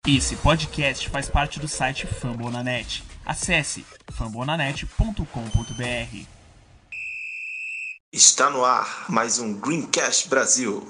Esse podcast faz parte do site Fambonanet. Acesse fambonanet.com.br. Está no ar mais um Greencast Brasil.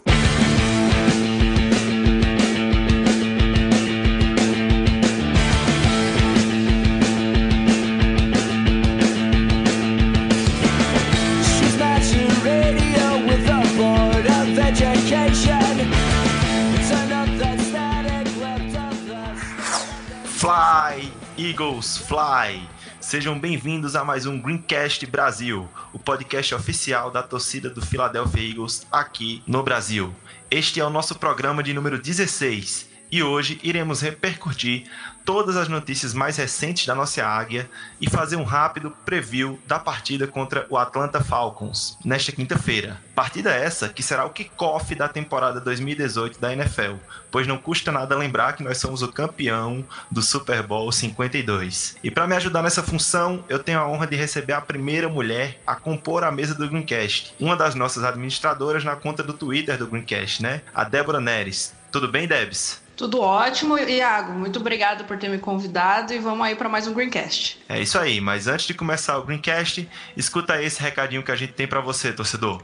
Fly, Eagles, Fly! Sejam bem-vindos a mais um Greencast Brasil, o podcast oficial da torcida do Philadelphia Eagles aqui no Brasil. Este é o nosso programa de número 16 e hoje iremos repercutir todas as notícias mais recentes da nossa águia e fazer um rápido preview da partida contra o Atlanta Falcons nesta quinta-feira. Partida essa que será o kickoff da temporada 2018 da NFL, pois não custa nada lembrar que nós somos o campeão do Super Bowl 52. E para me ajudar nessa função, eu tenho a honra de receber a primeira mulher a compor a mesa do Greencast, uma das nossas administradoras na conta do Twitter do Greencast, né? A Débora Neres. Tudo bem, Debs? Tudo ótimo, Iago. Muito obrigado por ter me convidado e vamos aí para mais um Greencast. É isso aí, mas antes de começar o Greencast, escuta aí esse recadinho que a gente tem para você, torcedor.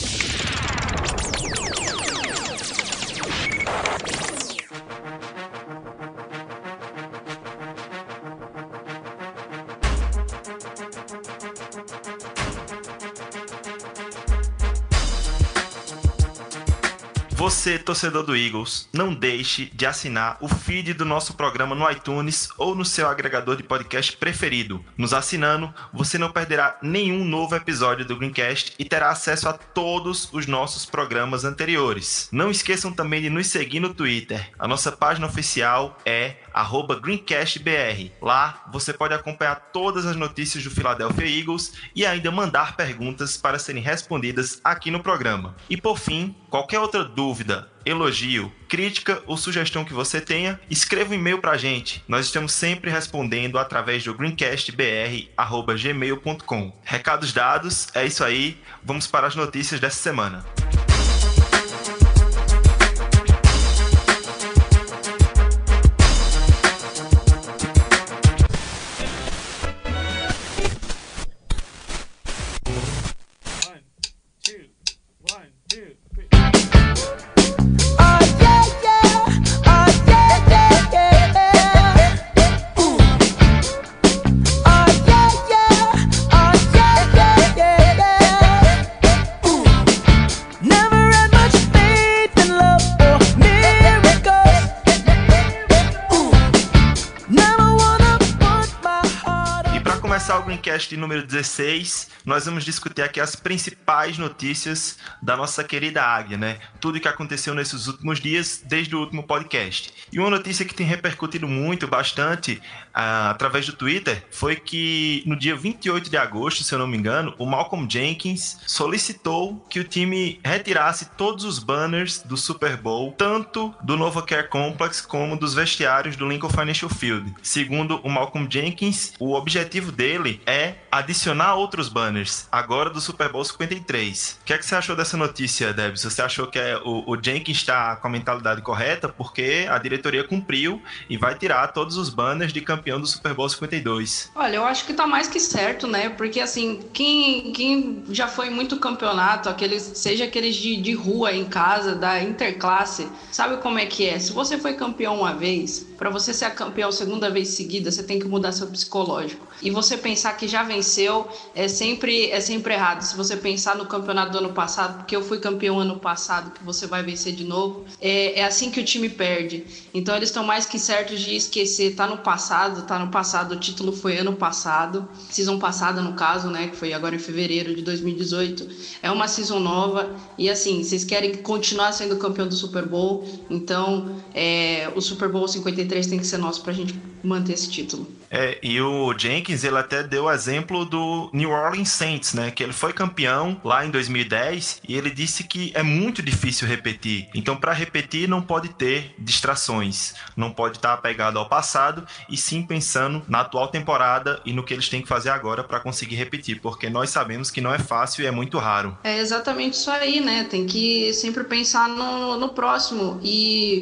Você, torcedor do Eagles, não deixe de assinar o feed do nosso programa no iTunes ou no seu agregador de podcast preferido. Nos assinando, você não perderá nenhum novo episódio do Greencast e terá acesso a todos os nossos programas anteriores. Não esqueçam também de nos seguir no Twitter. A nossa página oficial é @GreencastBR. Lá você pode acompanhar todas as notícias do Philadelphia Eagles e ainda mandar perguntas para serem respondidas aqui no programa. E por fim, qualquer outra dúvida, elogio, crítica ou sugestão que você tenha, escreva um e-mail pra gente. Nós estamos sempre respondendo através do greencastbr@gmail.com. Recados dados, é isso aí. Vamos para as notícias dessa semana. Greencast número 16, nós vamos discutir aqui as principais notícias da nossa querida águia, né? Tudo o que aconteceu nesses últimos dias, desde o último podcast. E uma notícia que tem repercutido bastante, através do Twitter, foi que no dia 28 de agosto, se eu não me engano, o Malcolm Jenkins solicitou que o time retirasse todos os banners do Super Bowl, tanto do NovaCare Complex como dos vestiários do Lincoln Financial Field. Segundo o Malcolm Jenkins, o objetivo dele é adicionar outros banners, agora do Super Bowl 53. O que é que você achou dessa notícia, Debs? Você achou que o Jenkins está com a mentalidade correta? Porque a diretoria cumpriu e vai tirar todos os banners de campeão do Super Bowl 52. Olha, eu acho que tá mais que certo, né? Porque, assim, quem já foi em muito campeonato, seja aqueles de rua em casa, da interclasse, sabe como é que é? Se você foi campeão uma vez, para você ser campeão segunda vez seguida, você tem que mudar seu psicológico. E você pensar que já venceu é sempre errado. Se você pensar no campeonato do ano passado, porque eu fui campeão ano passado, que você vai vencer de novo, é assim que o time perde. Então eles estão mais que certos de esquecer, tá no passado, o título foi ano passado, season passada no caso, né, que foi agora em fevereiro de 2018, é uma season nova, e assim, vocês querem continuar sendo campeão do Super Bowl, então o Super Bowl 53 tem que ser nosso pra gente manter esse título. E o Jenkins, ele até deu o exemplo do New Orleans Saints, né? Que ele foi campeão lá em 2010 e ele disse que é muito difícil repetir. Então, para repetir, não pode ter distrações. Não pode estar apegado ao passado e sim pensando na atual temporada e no que eles têm que fazer agora para conseguir repetir. Porque nós sabemos que não é fácil e é muito raro. É exatamente isso aí, né? Tem que sempre pensar no próximo. E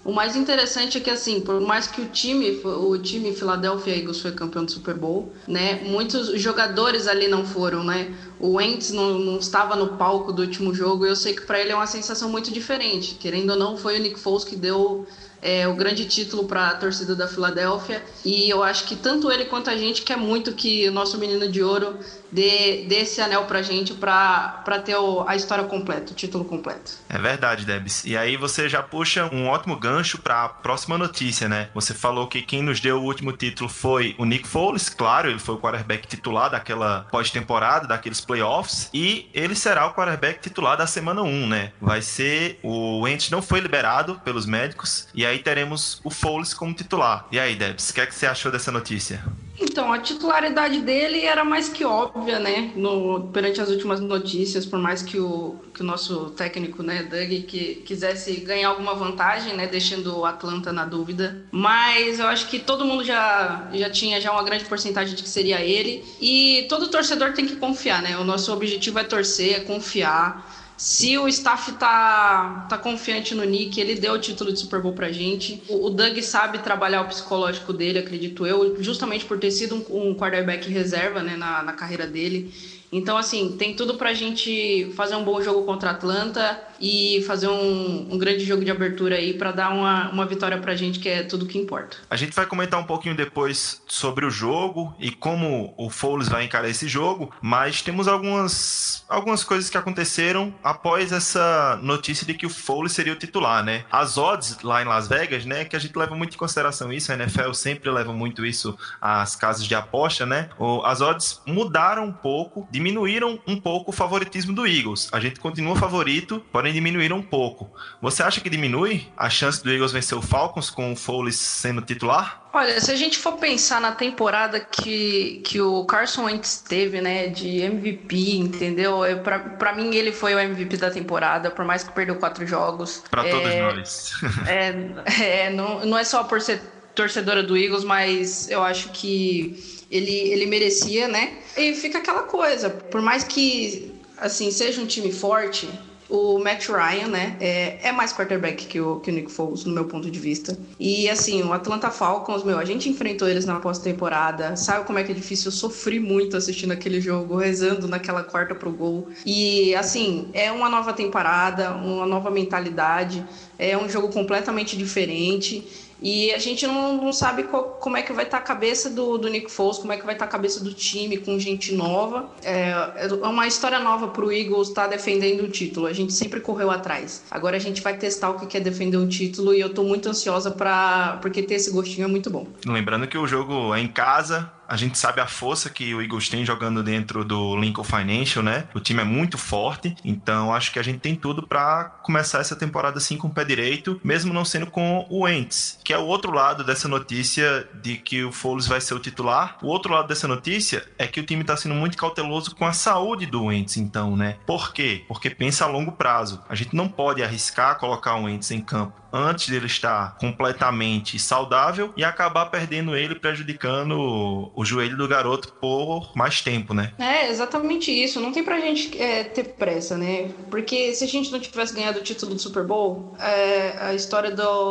O mais interessante é que, assim, por mais que o time Philadelphia Eagles foi campeão do Super Bowl, né? Muitos jogadores ali não foram, né? O Wentz não estava no palco do último jogo. Eu sei que para ele é uma sensação muito diferente. Querendo ou não, foi o Nick Foles que deu o grande título para a torcida da Filadélfia. E eu acho que tanto ele quanto a gente quer muito que o nosso menino de ouro dê esse anel pra gente para ter a história completa, o título completo. É verdade, Debs. E aí você já puxa um ótimo gancho para a próxima notícia, né? Você falou que quem nos deu o último título foi o Nick Foles, claro, ele foi o quarterback titular daquela pós-temporada, daqueles playoffs, e ele será o quarterback titular da semana 1, né? Vai ser, o Wentz não foi liberado pelos médicos, e aí teremos o Foles como titular. E aí, Debs, o que é que você achou dessa notícia? Então, a titularidade dele era mais que óbvia, né? Perante as últimas notícias, por mais que o nosso técnico, né, Doug, que quisesse ganhar alguma vantagem, né, deixando o Atlanta na dúvida. Mas eu acho que todo mundo já tinha uma grande porcentagem de que seria ele. E todo torcedor tem que confiar, né? O nosso objetivo é torcer, é confiar. Se o staff tá confiante no Nick, ele deu o título de Super Bowl pra gente. O Doug sabe trabalhar o psicológico dele, acredito eu, justamente por ter sido um quarterback reserva, né, na carreira dele. Então, assim, tem tudo pra gente fazer um bom jogo contra a Atlanta e fazer um grande jogo de abertura aí pra dar uma vitória pra gente, que é tudo que importa. A gente vai comentar um pouquinho depois sobre o jogo e como o Foles vai encarar esse jogo, mas temos algumas coisas que aconteceram após essa notícia de que o Foles seria o titular, né? As odds lá em Las Vegas, né, que a gente leva muito em consideração isso, a NFL sempre leva muito isso às casas de aposta, né? As odds mudaram um pouco, diminuíram um pouco o favoritismo do Eagles. A gente continua favorito, porém diminuíram um pouco. Você acha que diminui a chance do Eagles vencer o Falcons com o Foles sendo titular? Olha, se a gente for pensar na temporada que o Carson Wentz teve, né, de MVP, entendeu? Pra mim ele foi o MVP da temporada, por mais que perdeu 4 jogos. Pra todos nós. Não é só por ser torcedora do Eagles, mas eu acho que ele merecia, né? E fica aquela coisa, por mais que, assim, seja um time forte, o Matt Ryan, né, é mais quarterback que o Nick Foles, no meu ponto de vista. E, assim, o Atlanta Falcons, a gente enfrentou eles na pós-temporada, sabe como é que é difícil? Eu sofri muito assistindo aquele jogo, rezando naquela quarta pro gol. E, assim, é uma nova temporada, uma nova mentalidade, é um jogo completamente diferente. E a gente não sabe como é que vai estar a cabeça do Nick Foles, como é que vai estar a cabeça do time com gente nova. É uma história nova pro Eagles estar defendendo o título. A gente sempre correu atrás. Agora a gente vai testar o que é defender um título e eu tô muito ansiosa porque ter esse gostinho é muito bom. Lembrando que o jogo é em casa. A gente sabe a força que o Eagles tem jogando dentro do Lincoln Financial, né? O time é muito forte, então acho que a gente tem tudo para começar essa temporada assim com o pé direito, mesmo não sendo com o Wentz, que é o outro lado dessa notícia de que o Foles vai ser o titular. O outro lado dessa notícia é que o time tá sendo muito cauteloso com a saúde do Wentz, então, né? Por quê? Porque pensa a longo prazo. A gente não pode arriscar colocar o Wentz em campo antes dele estar completamente saudável e acabar perdendo ele, prejudicando o joelho do garoto por mais tempo, né? É exatamente isso. Não tem pra gente ter pressa, né? Porque se a gente não tivesse ganhado o título do Super Bowl, a história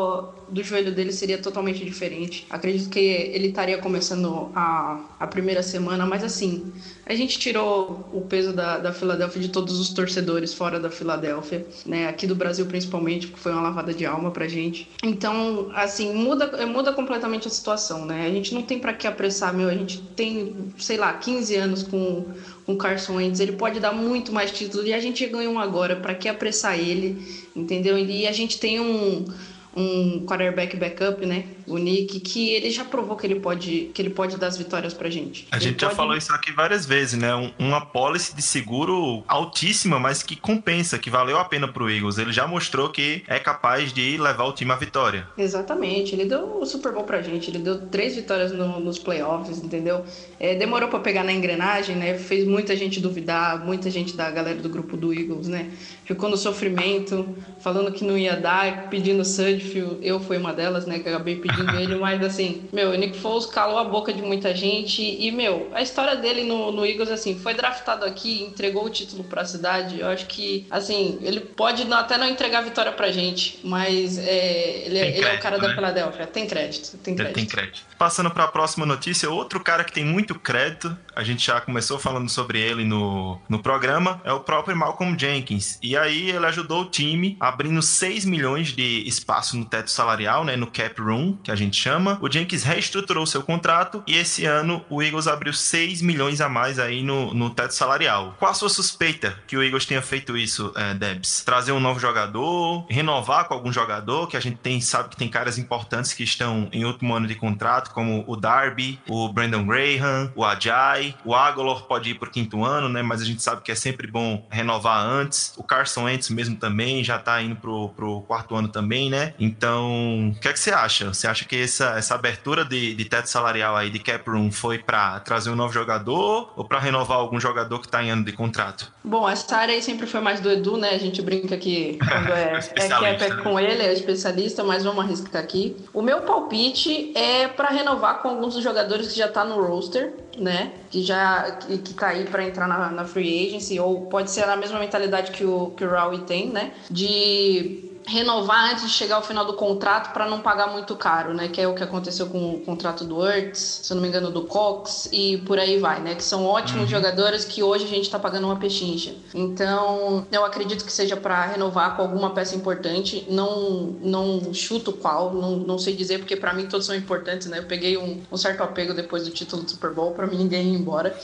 do joelho dele seria totalmente diferente. Acredito que ele estaria começando a primeira semana, mas assim, a gente tirou o peso da Filadélfia de todos os torcedores fora da Filadélfia, né? Aqui do Brasil principalmente, porque foi uma lavada de alma pra gente. Então, assim, muda completamente a situação, né? A gente não tem pra que apressar, a gente tem, sei lá, 15 anos com o Carson Wentz, ele pode dar muito mais títulos e a gente ganha um agora, pra que apressar ele, entendeu? E a gente tem um quarterback backup, né? O Nick, que ele já provou que ele pode dar as vitórias pra gente. A gente já falou isso aqui várias vezes, né? Uma policy de seguro altíssima, mas que compensa, que valeu a pena pro Eagles. Ele já mostrou que é capaz de levar o time à vitória. Exatamente. Ele deu o Super Bowl pra gente. Ele deu 3 vitórias nos playoffs, entendeu? Demorou pra pegar na engrenagem, né? Fez muita gente duvidar, muita gente da galera do grupo do Eagles, né? Ficou no sofrimento, falando que não ia dar, pedindo surge eu fui uma delas, né, que acabei pedindo ele, mas assim, o Nick Foles calou a boca de muita gente e, a história dele no Eagles, assim, foi draftado aqui, entregou o título pra cidade. Eu acho que, assim, ele pode até não entregar a vitória pra gente, mas ele é o cara da Filadélfia. Tem crédito. Ele tem crédito. Passando para a próxima notícia, outro cara que tem muito crédito, a gente já começou falando sobre ele no programa, é o próprio Malcolm Jenkins. E aí ele ajudou o time abrindo 6 milhões de espaço no teto salarial, né, no cap room, que a gente chama. O Jenkins reestruturou seu contrato e esse ano o Eagles abriu 6 milhões a mais aí no teto salarial. Qual a sua suspeita que o Eagles tenha feito isso, Debs? Trazer um novo jogador, renovar com algum jogador, que a gente sabe que tem caras importantes que estão em último ano de contrato, como o Darby, o Brandon Graham, o Ajay, o Agholor pode ir por 5º ano, né? Mas a gente sabe que é sempre bom renovar antes. O Carson Wentz mesmo também já tá indo pro 4º ano também, né? Então, o que é que você acha? Você acha que essa abertura de teto salarial aí de cap room foi para trazer um novo jogador ou para renovar algum jogador que tá em ano de contrato? Bom, essa área aí sempre foi mais do Edu, né? A gente brinca que quando é cap com ele, é especialista, mas vamos arriscar aqui. O meu palpite é para renovar com alguns dos jogadores que já tá no roster, né? Que tá aí para entrar na free agency, ou pode ser na mesma mentalidade que o Rowie tem, né? De renovar antes de chegar ao final do contrato para não pagar muito caro, né? Que é o que aconteceu com o contrato do Ertz, se eu não me engano, do Cox e por aí vai, né? Que são ótimos jogadores que hoje a gente tá pagando uma pechincha. Então, eu acredito que seja para renovar com alguma peça importante. Não chuto qual, não sei dizer, porque para mim todos são importantes, né? Eu peguei um certo apego depois do título do Super Bowl para mim ninguém ir embora.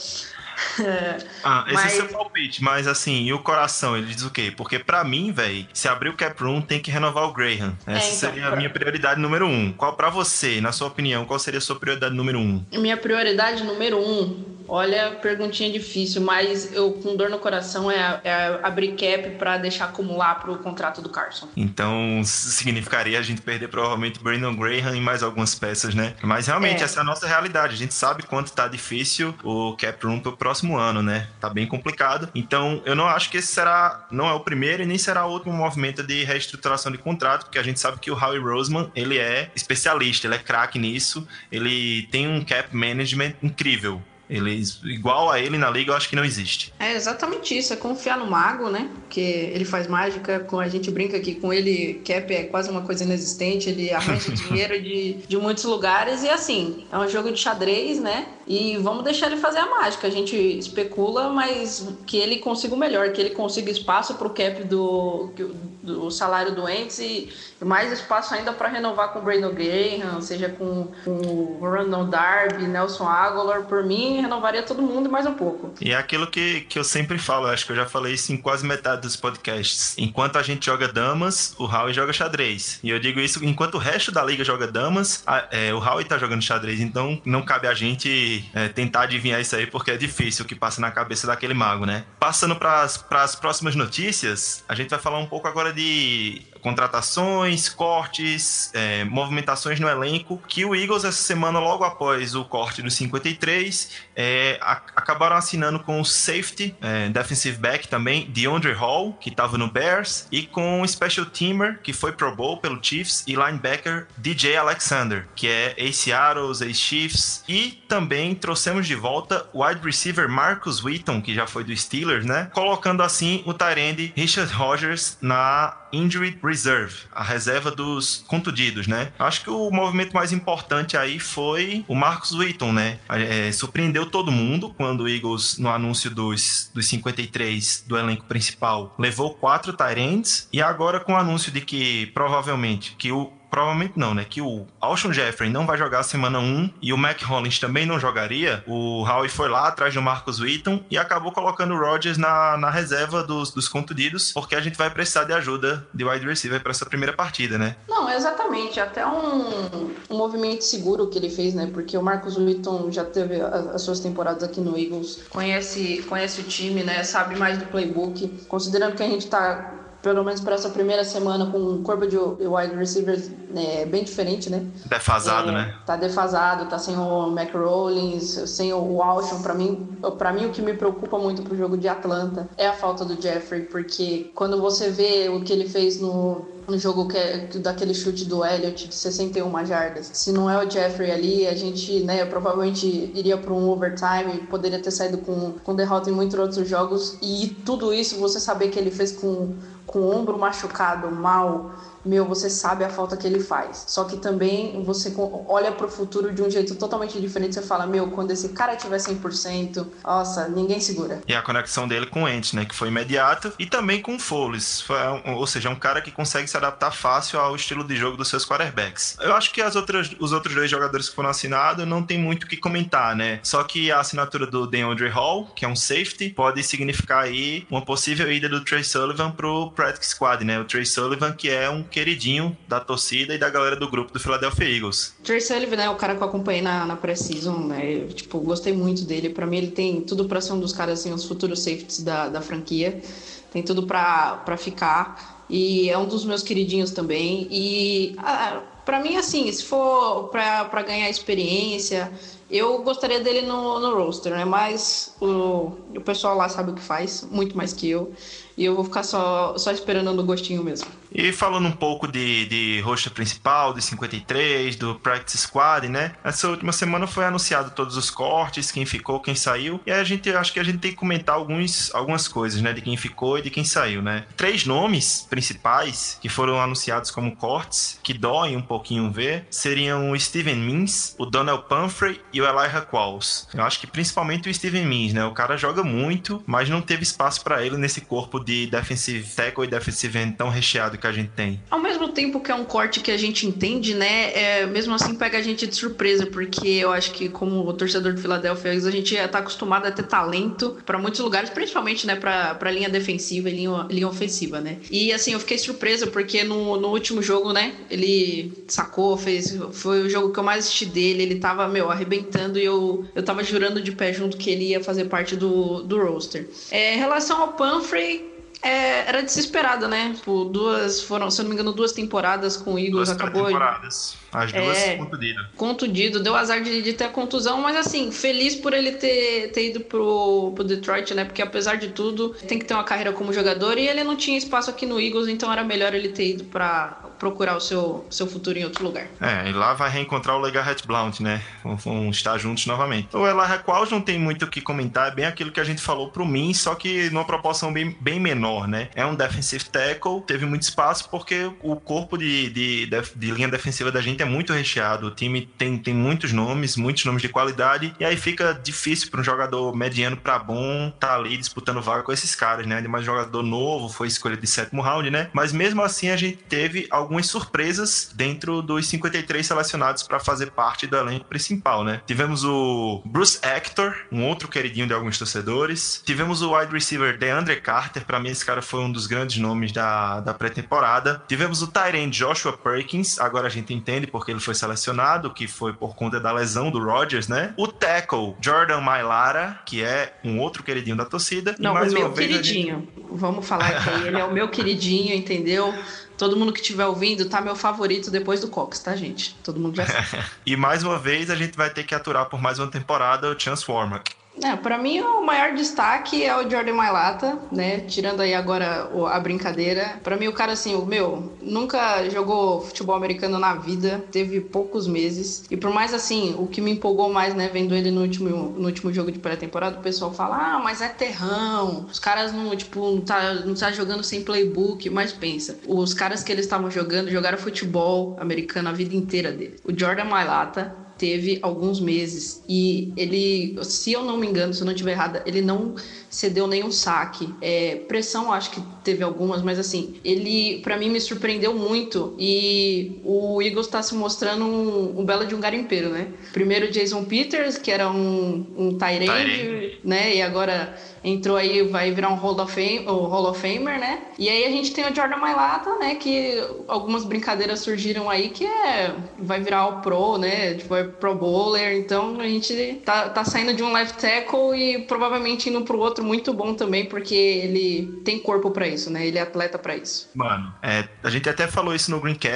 Esse é seu palpite, mas assim, e o coração, ele diz o quê? Porque pra mim, velho, se abrir o cap room, tem que renovar o Graham. Essa seria a minha prioridade número 1. Qual pra você, na sua opinião, qual seria a sua prioridade número 1? Minha prioridade número 1, olha, perguntinha difícil, mas eu com dor no coração é abrir cap pra deixar acumular pro contrato do Carson. Então, significaria a gente perder provavelmente Brandon Graham e mais algumas peças, né? Mas realmente, essa é a nossa realidade. A gente sabe quanto tá difícil o cap room pro próximo ano, né? Tá bem complicado. Então, eu não acho que esse não é o primeiro e nem será o último movimento de reestruturação de contrato, porque a gente sabe que o Howie Roseman, ele é especialista, ele é craque nisso, ele tem um cap management incrível. Igual a ele na liga, eu acho que não existe. É exatamente isso, é confiar no mago, né? Porque ele faz mágica, a gente brinca que com ele cap é quase uma coisa inexistente, ele arranja dinheiro de muitos lugares e assim, é um jogo de xadrez, né? E vamos deixar ele fazer a mágica. A gente especula, mas que ele consiga o melhor, que ele consiga espaço pro cap do salário do Wentz e mais espaço ainda para renovar com o Brandon Graham, seja com o Randall Darby, Nelson Agholor. Por mim, renovaria todo mundo e mais um pouco. E é aquilo que eu sempre falo, acho que eu já falei isso em quase metade dos podcasts. Enquanto a gente joga damas, o Howie joga xadrez. E eu digo isso enquanto o resto da liga joga damas, o Howie tá jogando xadrez, então não cabe a gente tentar adivinhar isso aí, porque é difícil o que passa na cabeça daquele mago, né? Passando para as próximas notícias, a gente vai falar um pouco agora de contratações, cortes, movimentações no elenco, que o Eagles essa semana, logo após o corte do 53, acabaram assinando com o safety, defensive back também, DeAndre Hall, que estava no Bears, e com o special teamer, que foi Pro Bowl pelo Chiefs, e linebacker DJ Alexander, que é ex-Seattle, ex-Chiefs, e também trouxemos de volta o wide receiver Marcus Wheaton, que já foi do Steelers, né? Colocando assim o tight end Richard Rodgers na Injury Reserve, a reserva dos contundidos, né? Acho que o movimento mais importante aí foi o Marcus Wheaton, né? Surpreendeu todo mundo quando o Eagles, no anúncio dos 53 do elenco principal, levou 4 tight ends, e agora com o anúncio de que provavelmente não, né? Que o Alshon Jeffrey não vai jogar a semana 1 e o Mac Hollins também não jogaria. O Howie foi lá atrás do Marcus Wheaton e acabou colocando o Rodgers na reserva dos contundidos, porque a gente vai precisar de ajuda de wide receiver para essa primeira partida, né? Não, exatamente. Até um movimento seguro que ele fez, né? Porque o Marcus Wheaton já teve as suas temporadas aqui no Eagles, conhece o time, né? Sabe mais do playbook. Considerando que a gente tá, pelo menos para essa primeira semana, com um corpo de wide receivers bem diferente, né? Defasado, né? Tá defasado, tá sem o Mac Rollins, sem o Alshon. Para mim, o que me preocupa muito pro jogo de Atlanta é a falta do Jeffrey, porque quando você vê o que ele fez no no jogo daquele chute do Elliott de 61 jardas. Se não é o Jeffrey ali, a gente, né, provavelmente iria para um overtime, poderia ter saído com derrota em muitos outros jogos, e tudo isso você saber que ele fez com o ombro machucado, mal, você sabe a falta que ele faz. Só que também você olha pro futuro de um jeito totalmente diferente. Você fala, quando esse cara tiver 100%, nossa, ninguém segura. E a conexão dele com o Ent, né, que foi imediata, e também com o Foles. Ou seja, é um cara que consegue se adaptar fácil ao estilo de jogo dos seus quarterbacks. Eu acho que os outros dois jogadores que foram assinados não tem muito o que comentar, né? Só que a assinatura do DeAndre Hall, que é um safety, pode significar aí uma possível ida do Trey Sullivan pro practice squad, né? O Trey Sullivan, que é um queridinho da torcida e da galera do grupo do Philadelphia Eagles. Trey Sullivan, né, o cara que eu acompanhei na pré-season, né, eu, gostei muito dele. Pra mim ele tem tudo pra ser um dos caras, assim, os futuros safeties da franquia. Tem tudo pra ficar. E é um dos meus queridinhos também. E pra mim, assim, se for pra ganhar experiência, eu gostaria dele no roster, né? Mas o pessoal lá sabe o que faz, muito mais que eu. E eu vou ficar só esperando no gostinho mesmo. E falando um pouco de roster principal, de 53, do Practice Squad, né? Essa última semana foi anunciado todos os cortes, quem ficou, quem saiu. E acho que a gente tem que comentar algumas coisas, né? De quem ficou e de quem saiu, né? 3 nomes principais que foram anunciados como cortes, que doem um pouquinho ver, seriam o Steven Means, o Donnell Pumphrey e o Elijah Qualls. Eu acho que principalmente o Steven Means, né? O cara joga muito, mas não teve espaço para ele nesse corpo de defensive tackle e defensive end tão recheado que a gente tem. Ao mesmo tempo que é um corte que a gente entende, né, mesmo assim pega a gente de surpresa, porque eu acho que como o torcedor do Philadelphia, a gente tá acostumado a ter talento para muitos lugares, principalmente, né, pra linha defensiva e linha ofensiva, né. E assim, eu fiquei surpresa porque no último jogo, né, ele sacou, foi o jogo que eu mais assisti dele, ele tava, arrebentando, e eu tava jurando de pé junto que ele ia fazer parte do roster. Em relação ao Pumphrey, era desesperado, né? Foram, se eu não me engano, 2 temporadas com o Eagles. 2 acabou. Temporadas. As duas Contundido, deu azar de ter a contusão, mas assim, feliz por ele ter ido pro Detroit, né? Porque apesar de tudo, tem que ter uma carreira como jogador e ele não tinha espaço aqui no Eagles, então era melhor ele ter ido pra procurar o seu futuro em outro lugar. E lá vai reencontrar o Legarrette Blount, né? Vão estar juntos novamente. O Elijah Qualls não tem muito o que comentar, é bem aquilo que a gente falou pro mim, só que numa proporção bem menor, né? É um defensive tackle, teve muito espaço porque o corpo de linha defensiva da gente é muito recheado. O time tem muitos nomes de qualidade, e aí fica difícil para um jogador mediano para bom tá ali disputando vaga com esses caras, né? Mas jogador novo, foi escolha de 7º round, né? Mas mesmo assim a gente teve algumas surpresas dentro dos 53 selecionados para fazer parte do elenco principal, né? Tivemos o Bruce Hector, um outro queridinho de alguns torcedores. Tivemos o wide receiver DeAndre Carter, para mim esse cara foi um dos grandes nomes da pré-temporada. Tivemos o tight end Joshua Perkins, agora a gente entende porque ele foi selecionado, que foi por conta da lesão do Rodgers, né? O tackle Jordan Mailata, que é um outro queridinho da torcida. Não, o meu queridinho. Vamos falar que ele é o meu queridinho, entendeu? Todo mundo que estiver ouvindo tá meu favorito depois do Cox, tá, gente? Todo mundo já sabe. E mais uma vez a gente vai ter que aturar por mais uma temporada o Chance Warmack. Pra mim o maior destaque é o Jordan Mailata, né? Tirando aí agora a brincadeira. Pra mim o cara, assim, nunca jogou futebol americano na vida, teve poucos meses. E por mais, assim, o que me empolgou mais, né, vendo ele no último jogo de pré-temporada, o pessoal fala, mas é terrão. Os caras não tá jogando sem playbook. Mas pensa, os caras que eles estavam jogaram futebol americano a vida inteira dele. O Jordan Mailata teve alguns meses e ele, se eu não me engano, se eu não estiver errada, ele não cedeu nenhum saque. Pressão, acho que teve algumas, mas assim, ele, pra mim, me surpreendeu muito e o Eagles tá se mostrando um belo de um garimpeiro, né? Primeiro o Jason Peters, que era um tight end, né? E agora entrou aí, vai virar um Hall of Famer, né? E aí a gente tem o Jordan Mailata, né? Que algumas brincadeiras surgiram aí que vai virar o Pro, né? Tipo, vai pro bowler, então a gente tá saindo de um left tackle e provavelmente indo pro outro muito bom também, porque ele tem corpo pra isso, né? Ele é atleta pra isso. Mano, a gente até falou isso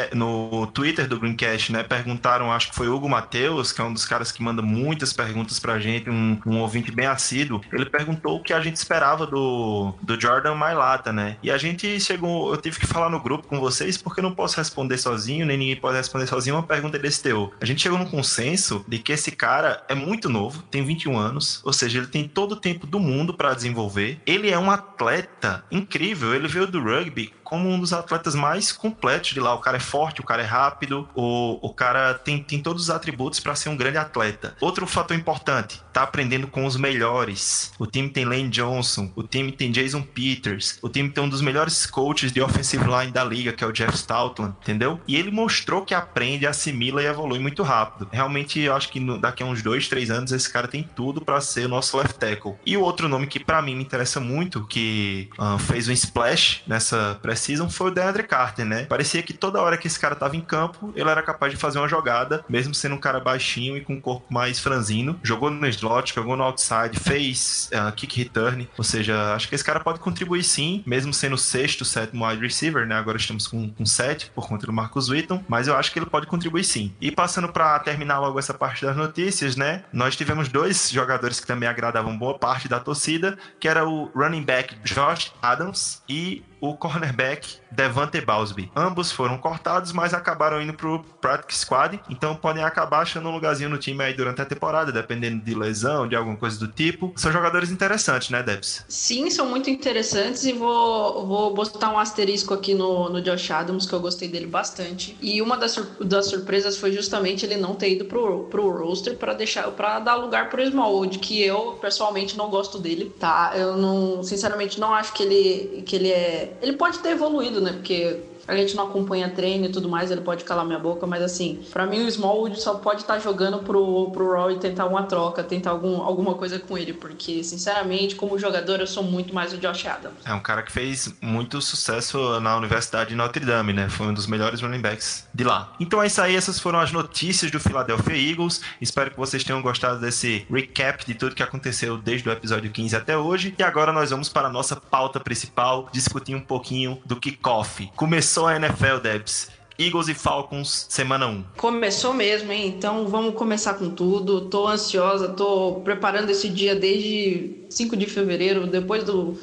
no Twitter do Greencast, né? Perguntaram, acho que foi o Hugo Matheus, que é um dos caras que manda muitas perguntas pra gente, um ouvinte bem assíduo. Ele perguntou o que a gente esperava do Jordan Mailata, né? E a gente eu tive que falar no grupo com vocês, porque eu não posso responder sozinho, nem ninguém pode responder sozinho uma pergunta desse teor. A gente chegou num consenso de que esse cara é muito novo, tem 21 anos, ou seja, ele tem todo o tempo do mundo pra desenvolver. Ele é um atleta incrível, ele veio do rugby como um dos atletas mais completos de lá. O cara é forte, o cara é rápido, o cara tem todos os atributos para ser um grande atleta. Outro fator importante, tá aprendendo com os melhores. O time tem Lane Johnson, o time tem Jason Peters, o time tem um dos melhores coaches de offensive line da liga, que é o Jeff Stoutland, entendeu? E ele mostrou que aprende, assimila e evolui muito rápido. Realmente, eu acho que daqui a uns 2-3 anos, esse cara tem tudo para ser o nosso left tackle. E o outro nome que para mim me interessa muito, que fez um splash nessa pré-season, foi o DeAndre Carter, né? Parecia que toda hora que esse cara tava em campo, ele era capaz de fazer uma jogada, mesmo sendo um cara baixinho e com um corpo mais franzino. Jogou no slot, jogou no outside, fez kick return, ou seja, acho que esse cara pode contribuir sim, mesmo sendo o 6º, 7º wide receiver, né? Agora estamos com 7 por conta do Marcus Wheaton, mas eu acho que ele pode contribuir sim. E passando para terminar logo essa parte das notícias, né? Nós tivemos 2 jogadores que também agradavam boa parte da torcida, que era o running back Josh Adams e o cornerback Devante Bausby. Ambos foram cortados, mas acabaram indo pro practice squad, então podem acabar achando um lugarzinho no time aí durante a temporada, dependendo de lesão, de alguma coisa do tipo. São jogadores interessantes, né, Debs? Sim, são muito interessantes e vou botar um asterisco aqui no Josh Adams, que eu gostei dele bastante. E uma das surpresas foi justamente ele não ter ido pro roster para dar lugar pro Smallwood, que eu pessoalmente não gosto dele, tá? Eu sinceramente não acho que ele é... Ele pode ter evoluído, né? Porque a gente não acompanha treino e tudo mais, ele pode calar minha boca, mas assim, pra mim o Smallwood só pode estar jogando pro Raw e tentar uma troca, tentar alguma coisa com ele, porque sinceramente, como jogador, eu sou muito mais o Josh Adams. É um cara que fez muito sucesso na Universidade de Notre Dame, né? Foi um dos melhores running backs de lá. Então é isso aí, essas foram as notícias do Philadelphia Eagles. Espero que vocês tenham gostado desse recap de tudo que aconteceu desde o episódio 15 até hoje. E agora nós vamos para a nossa pauta principal, discutir um pouquinho do kickoff. Começou a NFL, Debs. Eagles e Falcons, semana 1. Começou mesmo, hein? Então vamos começar com tudo. Tô ansiosa, tô preparando esse dia desde 5 de fevereiro, depois do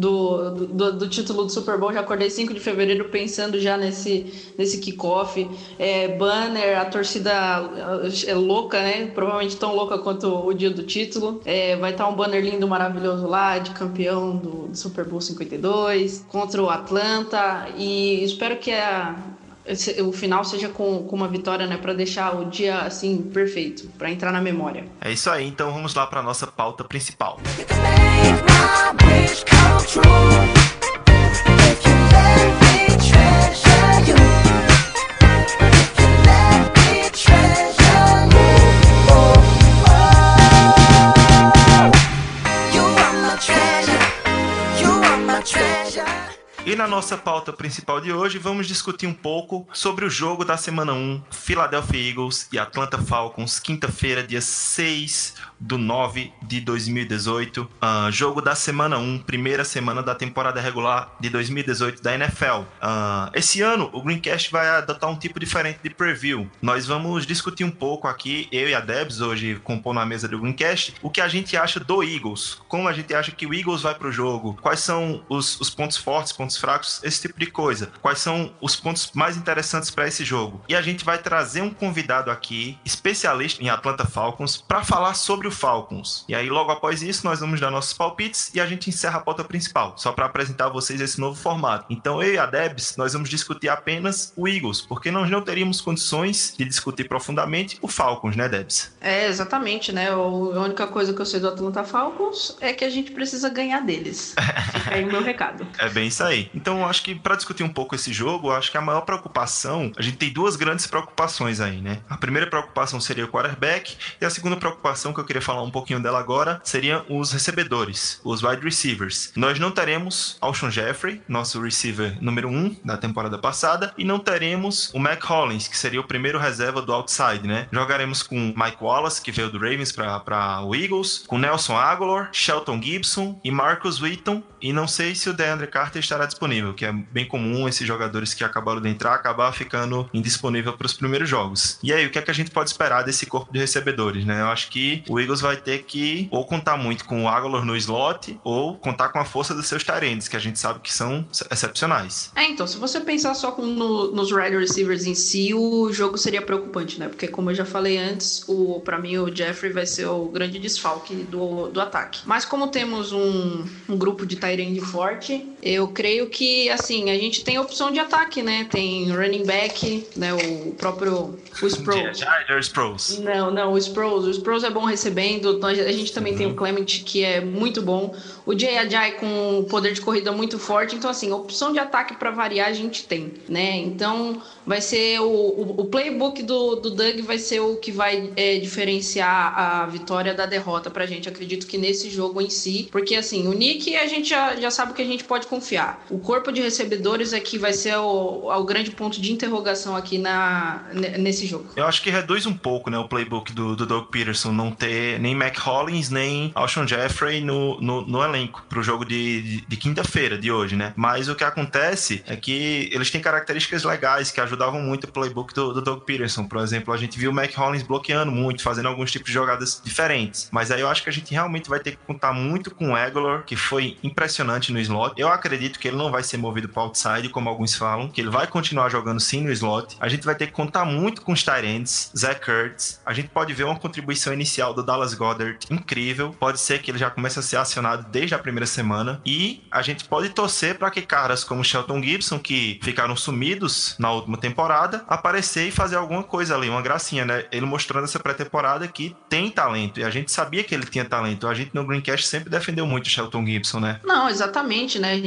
título do Super Bowl, já acordei 5 de fevereiro pensando já nesse kickoff. Banner, a torcida é louca, né? Provavelmente tão louca quanto o dia do título. Vai estar um banner lindo, maravilhoso lá, de campeão do Super Bowl 52, contra o Atlanta, e espero que o final seja com uma vitória, né, para deixar o dia assim perfeito, para entrar na memória. É isso aí, então vamos lá para nossa pauta principal. E na nossa pauta principal de hoje, vamos discutir um pouco sobre o jogo da semana 1, Philadelphia Eagles e Atlanta Falcons, quinta-feira, dia 6/9/2018. Jogo da semana 1, primeira semana da temporada regular de 2018 da NFL. Esse ano, o Greencast vai adotar um tipo diferente de preview. Nós vamos discutir um pouco aqui, eu e a Debs, hoje compondo a mesa do Greencast, o que a gente acha do Eagles, como a gente acha que o Eagles vai pro jogo, quais são os pontos fortes, pontos fracos, esse tipo de coisa. Quais são os pontos mais interessantes para esse jogo. E a gente vai trazer um convidado aqui, especialista em Atlanta Falcons, para falar sobre o Falcons. E aí, logo após isso, nós vamos dar nossos palpites e a gente encerra a pauta principal, só para apresentar a vocês esse novo formato. Então, eu e a Debs, nós vamos discutir apenas o Eagles, porque nós não teríamos condições de discutir profundamente o Falcons, né, Debs? Exatamente, né? A única coisa que eu sei do Atlanta Falcons é que a gente precisa ganhar deles. Fica aí o meu recado. É bem isso aí. Então Então, acho que para discutir um pouco esse jogo, acho que a maior preocupação, a gente tem duas grandes preocupações aí, né? A primeira preocupação seria o quarterback e a segunda preocupação, que eu queria falar um pouquinho dela agora, seriam os recebedores, os wide receivers. Nós não teremos Alshon Jeffrey, nosso receiver número 1 da temporada passada, e não teremos o Mac Hollins, que seria o primeiro reserva do outside, né? Jogaremos com Mike Wallace, que veio do Ravens para o Eagles, com Nelson Agholor, Shelton Gibson e Marcus Wheaton, e não sei se o DeAndre Carter estará disponível, que é bem comum esses jogadores que acabaram de entrar acabar ficando indisponível para os primeiros jogos. E aí, o que é que a gente pode esperar desse corpo de recebedores, né? Eu acho que o Eagles vai ter que ou contar muito com o Agholor no slot ou contar com a força dos seus tight ends, que a gente sabe que são excepcionais. Então, se você pensar só nos wide receivers em si, o jogo seria preocupante, né? Porque, como eu já falei antes, pra mim o Jeffrey vai ser o grande desfalque do ataque. Mas como temos um grupo de tight end forte, eu creio que, assim, a gente tem opção de ataque, né? Tem running back, né? O próprio Sproles. Não, o Sproles. O Sproles é bom recebendo. A gente também tem o Clement, que é muito bom. O Jay Ajayi com poder de corrida muito forte. Então, assim, opção de ataque para variar a gente tem, né? Então, vai ser o playbook do Doug vai ser o que vai diferenciar a vitória da derrota pra gente. Acredito que nesse jogo em si, porque, assim, o Nick a gente já sabe que a gente pode confiar. O corpo de recebedores aqui vai ser o grande ponto de interrogação aqui nesse jogo. Eu acho que reduz um pouco, né, o playbook do Doug Peterson não ter nem Mac Hollins, nem Alshon Jeffrey no elenco pro jogo de quinta-feira, de hoje, né? Mas o que acontece é que eles têm características legais que ajudavam muito o playbook do Doug Peterson. Por exemplo, a gente viu o Mac Hollins bloqueando muito, fazendo alguns tipos de jogadas diferentes. Mas aí eu acho que a gente realmente vai ter que contar muito com o Agholor, que foi impressionante no slot. Eu acredito que ele não vai ser movido para outside, como alguns falam, que ele vai continuar jogando sim no slot. A gente vai ter que contar muito com os tight ends, Zach Ertz. A gente pode ver uma contribuição inicial do Dallas Goedert incrível. Pode ser que ele já comece a ser acionado desde a primeira semana. E a gente pode torcer para que caras como Shelton Gibson, que ficaram sumidos na última temporada, aparecer e fazer alguma coisa ali, uma gracinha, né? Ele mostrando essa pré-temporada que tem talento. E a gente sabia que ele tinha talento. A gente no Greencast sempre defendeu muito o Shelton Gibson, né? Não, exatamente, né? A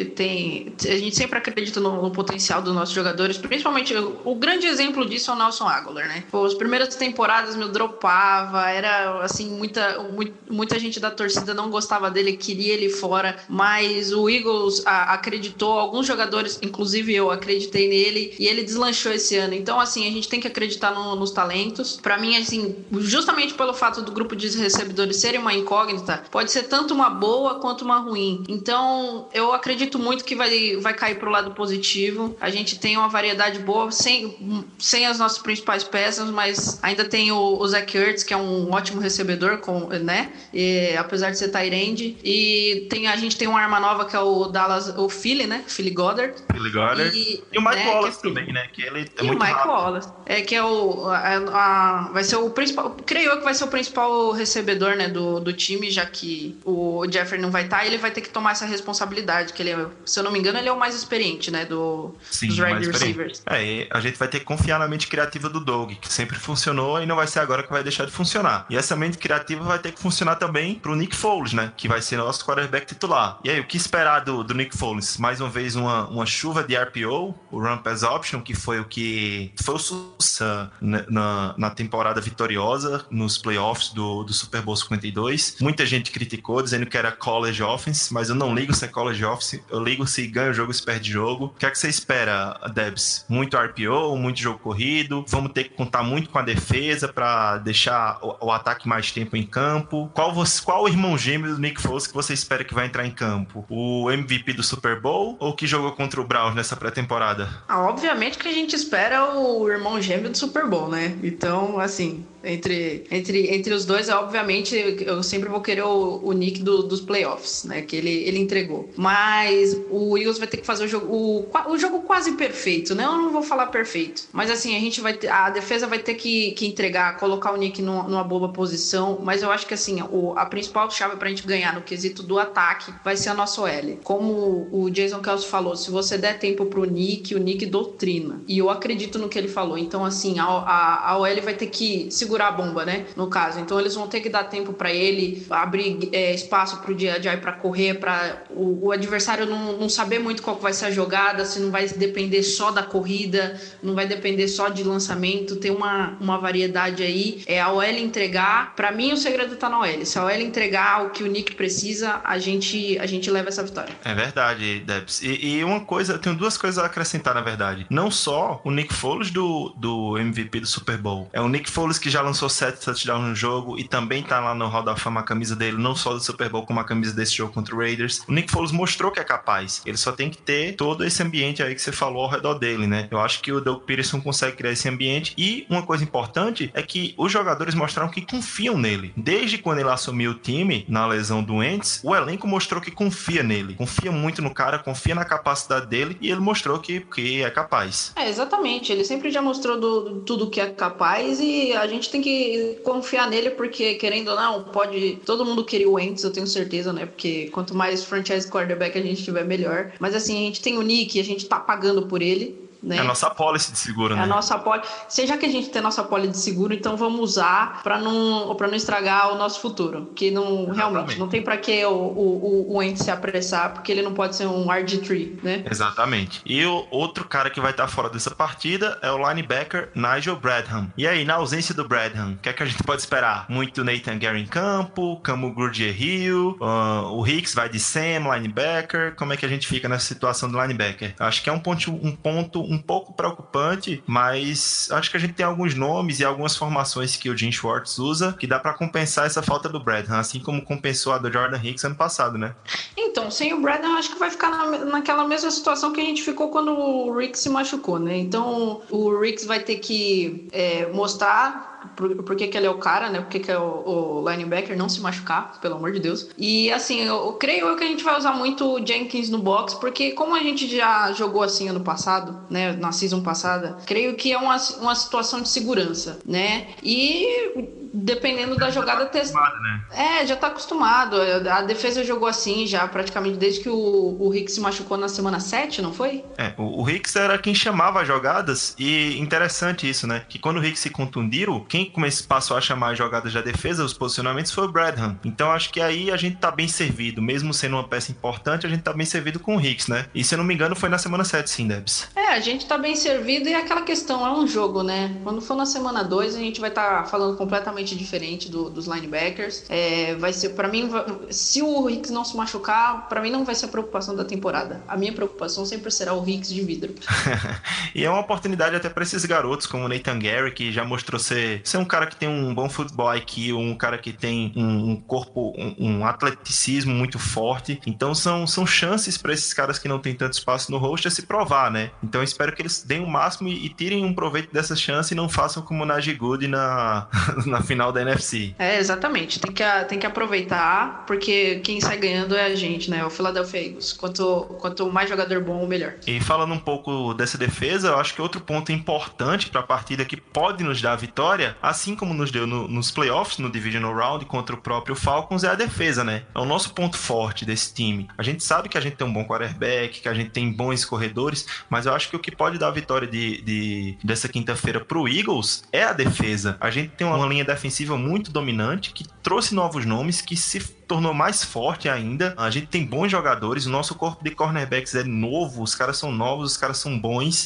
gente sempre acredita no potencial dos nossos jogadores, principalmente o grande exemplo disso é o Nelson Agholor, né? Pô, as primeiras temporadas me dropava, era assim, muita gente da torcida não gostava dele, queria ele fora, mas o Eagles acreditou, alguns jogadores, inclusive eu, acreditei nele e ele deslanchou esse ano. Então, assim, a gente tem que acreditar nos talentos. Pra mim, assim, justamente pelo fato do grupo de recebedores serem uma incógnita, pode ser tanto uma boa quanto uma ruim. Então, eu acredito muito que vai cair pro lado positivo. A gente tem uma variedade boa, sem as nossas principais peças, mas ainda tem o Zach Ertz, que é um ótimo recebedor, né? Apesar de ser tight end. E a gente tem uma arma nova que é o Philly, né? Philly Goddard. E o Mike Wallace também, né? Que ele é muito Mike rápido. Wallace. Que é vai ser o principal, creio eu que vai ser o principal recebedor, né, do time, já que o Jeffrey não vai estar, ele vai ter que tomar essa responsabilidade, que ele é, se eu não me engano, ele é o mais experiente, né, dos wide receivers. A gente vai ter que confiar na mente criativa do Doug, que sempre funcionou e não vai ser agora que vai deixar de funcionar. E essa mente criativa vai ter que funcionar também pro Nick Foles, né, que vai ser nosso quarterback titular. E aí, o que esperar do Nick Foles? Mais uma vez, uma chuva de RPO, o Run Pass Option, que foi o sucesso na temporada vitoriosa, nos playoffs do Super Bowl 52. Muita gente criticou, dizendo que era college offense, mas eu não ligo se é college offense, eu ligo se ganha o jogo, se perde o jogo. O que é que você espera, Debs? Muito RPO, muito jogo corrido? Vamos ter que contar muito com a defesa para deixar o ataque mais tempo em campo? Qual o irmão gêmeo do Nick Foles que você espera que vai entrar em campo? O MVP do Super Bowl ou que jogou contra o Browns nessa pré-temporada? Obviamente que a gente espera o irmão gêmeo do Super Bowl, né? Então, assim, entre os dois, obviamente, eu sempre vou querer o Nick dos playoffs, né? Que ele entregou. Mas o Eagles vai ter que fazer o jogo quase perfeito, né? Eu não vou falar perfeito. Mas, assim, a defesa vai ter que entregar, colocar o Nick numa boa posição. Mas eu acho que, assim, a principal chave pra gente ganhar no quesito do ataque vai ser a nossa OL. Como o Jason Kelce falou, se você der tempo pro Nick, o Nick doutrina. E eu acredito no que ele falou. Então, assim, a OL vai ter que segurar a bomba, né? No caso. Então, eles vão ter que dar tempo pra ele, abrir espaço pro Jay Ajayi pra correr, pra o adversário não sabe saber muito qual vai ser a jogada, se não vai depender só da corrida, não vai depender só de lançamento, tem uma variedade aí. A OL entregar, pra mim o segredo tá na OL. Se a OL entregar o que o Nick precisa, a gente leva essa vitória. É verdade, Debs. E uma coisa, eu tenho duas coisas a acrescentar, na verdade. Não só o Nick Foles do MVP do Super Bowl, é o Nick Foles que já lançou 7 touchdowns no jogo e também tá lá no Hall da Fama a camisa dele, não só do Super Bowl, como a camisa desse jogo contra o Raiders. O Nick Foles mostrou que é capaz. Ele só tem que ter todo esse ambiente aí que você falou ao redor dele, né? Eu acho que o Doug Peterson consegue criar esse ambiente. E uma coisa importante é que os jogadores mostraram que confiam nele. Desde quando ele assumiu o time na lesão do Wentz, o elenco mostrou que confia nele. Confia muito no cara, confia na capacidade dele e ele mostrou que é capaz. Exatamente. Ele sempre já mostrou tudo que é capaz e a gente tem que confiar nele porque, querendo ou não, todo mundo queria o Wentz, eu tenho certeza, né? Porque quanto mais franchise quarterback a gente tiver, melhor. Mas assim, a gente tem o Nick, a gente tá pagando por ele, né? É a nossa apólice de seguro, né? É a nossa apólice. Já que a gente tem a nossa apólice de seguro, então vamos usar para não estragar o nosso futuro. Que não, realmente, não tem para que o Wentz se apressar, porque ele não pode ser um RG3, né? Exatamente. E o outro cara que vai estar fora dessa partida é o linebacker Nigel Bradham. E aí, na ausência do Bradham, o que é que a gente pode esperar? Muito Nathan Guerra em campo, Camu Grugier-Hill, o Hicks vai de Sam, linebacker. Como é que a gente fica nessa situação do linebacker? Acho que é um ponto um pouco preocupante, mas acho que a gente tem alguns nomes e algumas formações que o Jim Schwartz usa que dá pra compensar essa falta do Bradham, assim como compensou a do Jordan Hicks ano passado, né? Então, sem o Bradham, acho que vai ficar naquela mesma situação que a gente ficou quando o Ricks se machucou, né? Então, o Ricks vai ter que mostrar por que ele é o cara, né? Por que é o linebacker não se machucar, pelo amor de Deus. E assim, eu creio que a gente vai usar muito o Jenkins no box, porque como a gente já jogou assim ano passado, né? Na season passada, creio que é uma situação de segurança, né? E dependendo da jogada né? Já tá acostumado. A defesa jogou assim já praticamente desde que o Hicks se machucou na semana 7, não foi? O Hicks era quem chamava as jogadas e interessante isso, né? Que quando o Hicks se contundiram, quem passou a chamar as jogadas da defesa, os posicionamentos, foi o Bradham. Então acho que aí a gente tá bem servido, mesmo sendo uma peça importante, a gente tá bem servido com o Hicks, né? E se eu não me engano foi na semana 7 sim, Debs. A gente tá bem servido e é aquela questão, é um jogo, né? Quando for na semana 2 a gente vai estar falando completamente diferente dos linebackers. Vai ser, pra mim, se o Hicks não se machucar, pra mim não vai ser a preocupação da temporada. A minha preocupação sempre será o Hicks de vidro. E é uma oportunidade até pra esses garotos como o Nathan Guerra, que já mostrou ser um cara que tem um bom futebol IQ, um cara que tem um corpo, um atleticismo muito forte. Então são chances pra esses caras que não tem tanto espaço no roster se provar, né? Então eu espero que eles deem o máximo e tirem um proveito dessa chance e não façam como o Najee Goody na final da NFC. Exatamente. Tem que aproveitar, porque quem sai ganhando é a gente, né? O Philadelphia Eagles. Quanto mais jogador bom, melhor. E falando um pouco dessa defesa, eu acho que outro ponto importante para a partida que pode nos dar a vitória, assim como nos deu nos playoffs, no Divisional Round contra o próprio Falcons, é a defesa, né? É o nosso ponto forte desse time. A gente sabe que a gente tem um bom quarterback, que a gente tem bons corredores, mas eu acho que o que pode dar a vitória dessa quinta-feira pro Eagles é a defesa. A gente tem uma linha defensiva muito dominante, que trouxe novos nomes, que se tornou mais forte ainda. A gente tem bons jogadores, o nosso corpo de cornerbacks é novo, os caras são novos, os caras são bons.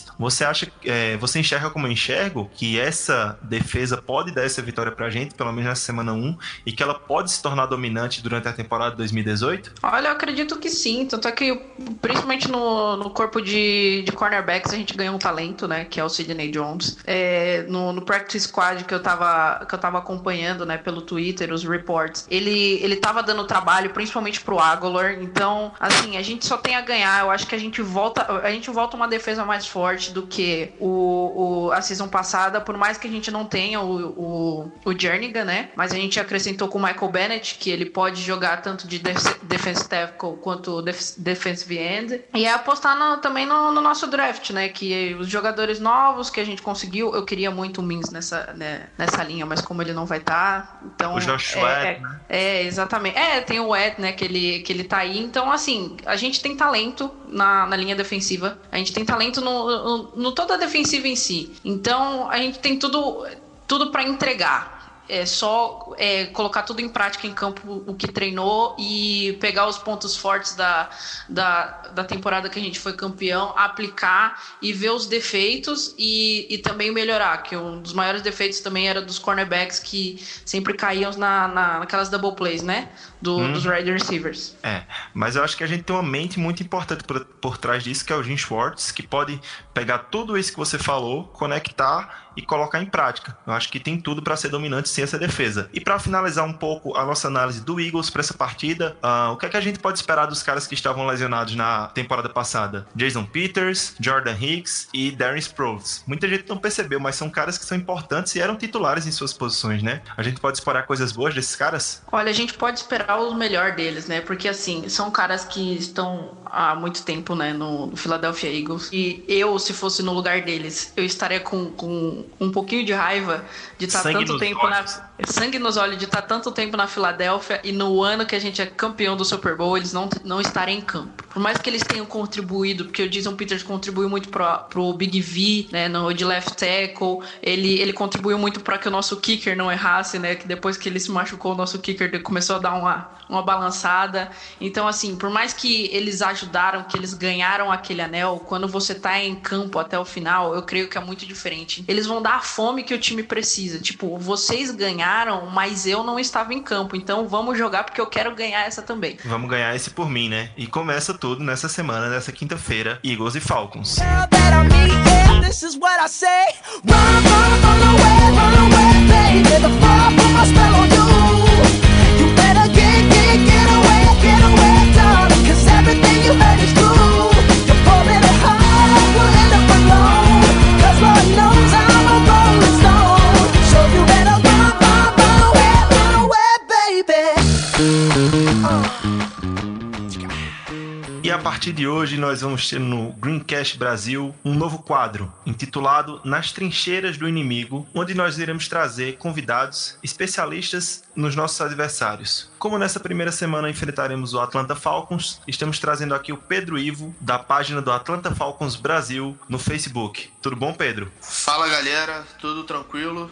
Você enxerga como eu enxergo que essa defesa pode dar essa vitória pra gente, pelo menos nessa semana 1, e que ela pode se tornar dominante durante a temporada de 2018? Olha, eu acredito que sim, tanto é que principalmente no corpo de cornerbacks a gente ganhou um talento, né, que é o Sidney Jones. No practice squad que eu tava acompanhando, né, pelo Twitter, os reports, ele tava dando trabalho, principalmente pro Agholor. Então, assim, a gente só tem a ganhar. Eu acho que a gente volta uma defesa mais forte do que a season passada, por mais que a gente não tenha o Jernigan, né? Mas a gente acrescentou com o Michael Bennett, que ele pode jogar tanto de defensive tackle quanto defensive end. E é apostar também no nosso draft, né? Que os jogadores novos que a gente conseguiu, eu queria muito o Mins nessa linha, mas como ele não vai estar, então... O Josh Sweat, né? Exatamente. Tem o Ed, né, que ele tá aí. Então, assim, a gente tem talento na linha defensiva. A gente tem talento no toda a defensiva em si. Então, a gente tem tudo para entregar. só colocar tudo em prática em campo, o que treinou, e pegar os pontos fortes da temporada que a gente foi campeão, aplicar e ver os defeitos e também melhorar, que um dos maiores defeitos também era dos cornerbacks, que sempre caíam naquelas double plays, né? Dos wide receivers. Mas eu acho que a gente tem uma mente muito importante por trás disso, que é o Jim Schwartz, que pode pegar tudo isso que você falou, conectar e colocar em prática. Eu acho que tem tudo para ser dominante sem essa defesa. E para finalizar um pouco a nossa análise do Eagles para essa partida, o que é que a gente pode esperar dos caras que estavam lesionados na temporada passada? Jason Peters, Jordan Hicks e Darren Sproles. Muita gente não percebeu, mas são caras que são importantes e eram titulares em suas posições, né? A gente pode esperar coisas boas desses caras? Olha, a gente pode esperar o melhor deles, né? Porque, assim, são caras que estão há muito tempo, né, no Philadelphia Eagles. E eu, se fosse no lugar deles, eu estaria com um pouquinho de raiva de estar tanto tempo sangue nos olhos de estar tanto tempo na Filadélfia, e no ano que a gente é campeão do Super Bowl eles não estarem em campo. Por mais que eles tenham contribuído, porque o Jason Peters contribuiu muito pro Big V, né, no de left tackle, ele contribuiu muito para que o nosso kicker não errasse, né, que depois que ele se machucou, o nosso kicker começou a dar uma balançada. Então, assim, por mais que eles ajudaram, que eles ganharam aquele anel, quando você tá em campo até o final, eu creio que é muito diferente. Eles vão dar a fome que o time precisa. Tipo, vocês ganharam, mas eu não estava em campo, então vamos jogar porque eu quero ganhar essa também. Vamos ganhar esse por mim, né? E começa tudo nessa semana, nessa quinta-feira, Eagles e Falcons. E a partir de hoje nós vamos ter no Greencast Brasil um novo quadro intitulado Nas Trincheiras do Inimigo, onde nós iremos trazer convidados especialistas nos nossos adversários. Como nessa primeira semana enfrentaremos o Atlanta Falcons, estamos trazendo aqui o Pedro Ivo, da página do Atlanta Falcons Brasil no Facebook. Tudo bom, Pedro? Fala, galera, tudo tranquilo?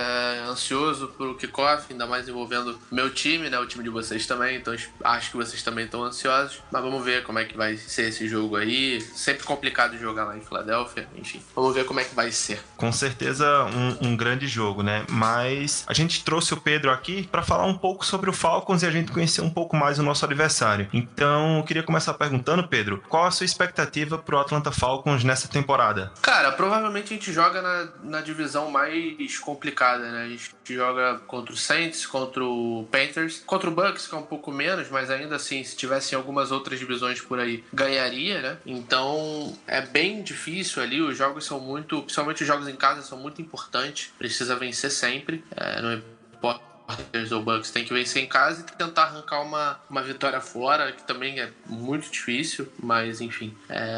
Ansioso pelo kickoff, ainda mais envolvendo meu time, né, o time de vocês também, então acho que vocês também estão ansiosos, mas vamos ver como é que vai ser esse jogo aí. Sempre complicado jogar lá em Filadélfia, enfim, vamos ver como é que vai ser. Com certeza um grande jogo, né, mas a gente trouxe o Pedro aqui para falar um pouco sobre o Falcons e a gente conhecer um pouco mais o nosso adversário. Então eu queria começar perguntando, Pedro, qual a sua expectativa pro Atlanta Falcons nessa temporada? Cara, provavelmente a gente joga na divisão mais complicada, né? A gente joga contra o Saints, contra o Panthers, contra o Bucks, que é um pouco menos, mas ainda assim, se tivessem algumas outras divisões por aí, ganharia, né? Então é bem difícil ali, os jogos são muito, principalmente os jogos em casa, são muito importantes, precisa vencer sempre, não importa ou Bucks, tem que vencer em casa e tentar arrancar uma vitória fora, que também é muito difícil, mas enfim,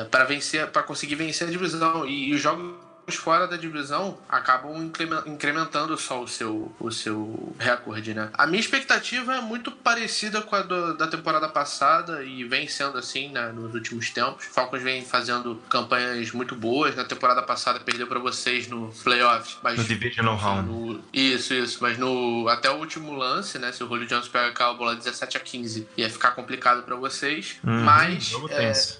para conseguir vencer a divisão, e os jogos fora da divisão acabam incrementando só o seu recorde, né? A minha expectativa é muito parecida com a da temporada passada e vem sendo assim, né, nos últimos tempos. O Falcons vem fazendo campanhas muito boas. Na temporada passada perdeu para vocês no playoffs, mas no Divisional Round. Isso, mas até o último lance, né, se o Julio Jones pega aquela bola 17-15, ia ficar complicado para vocês, mas jogo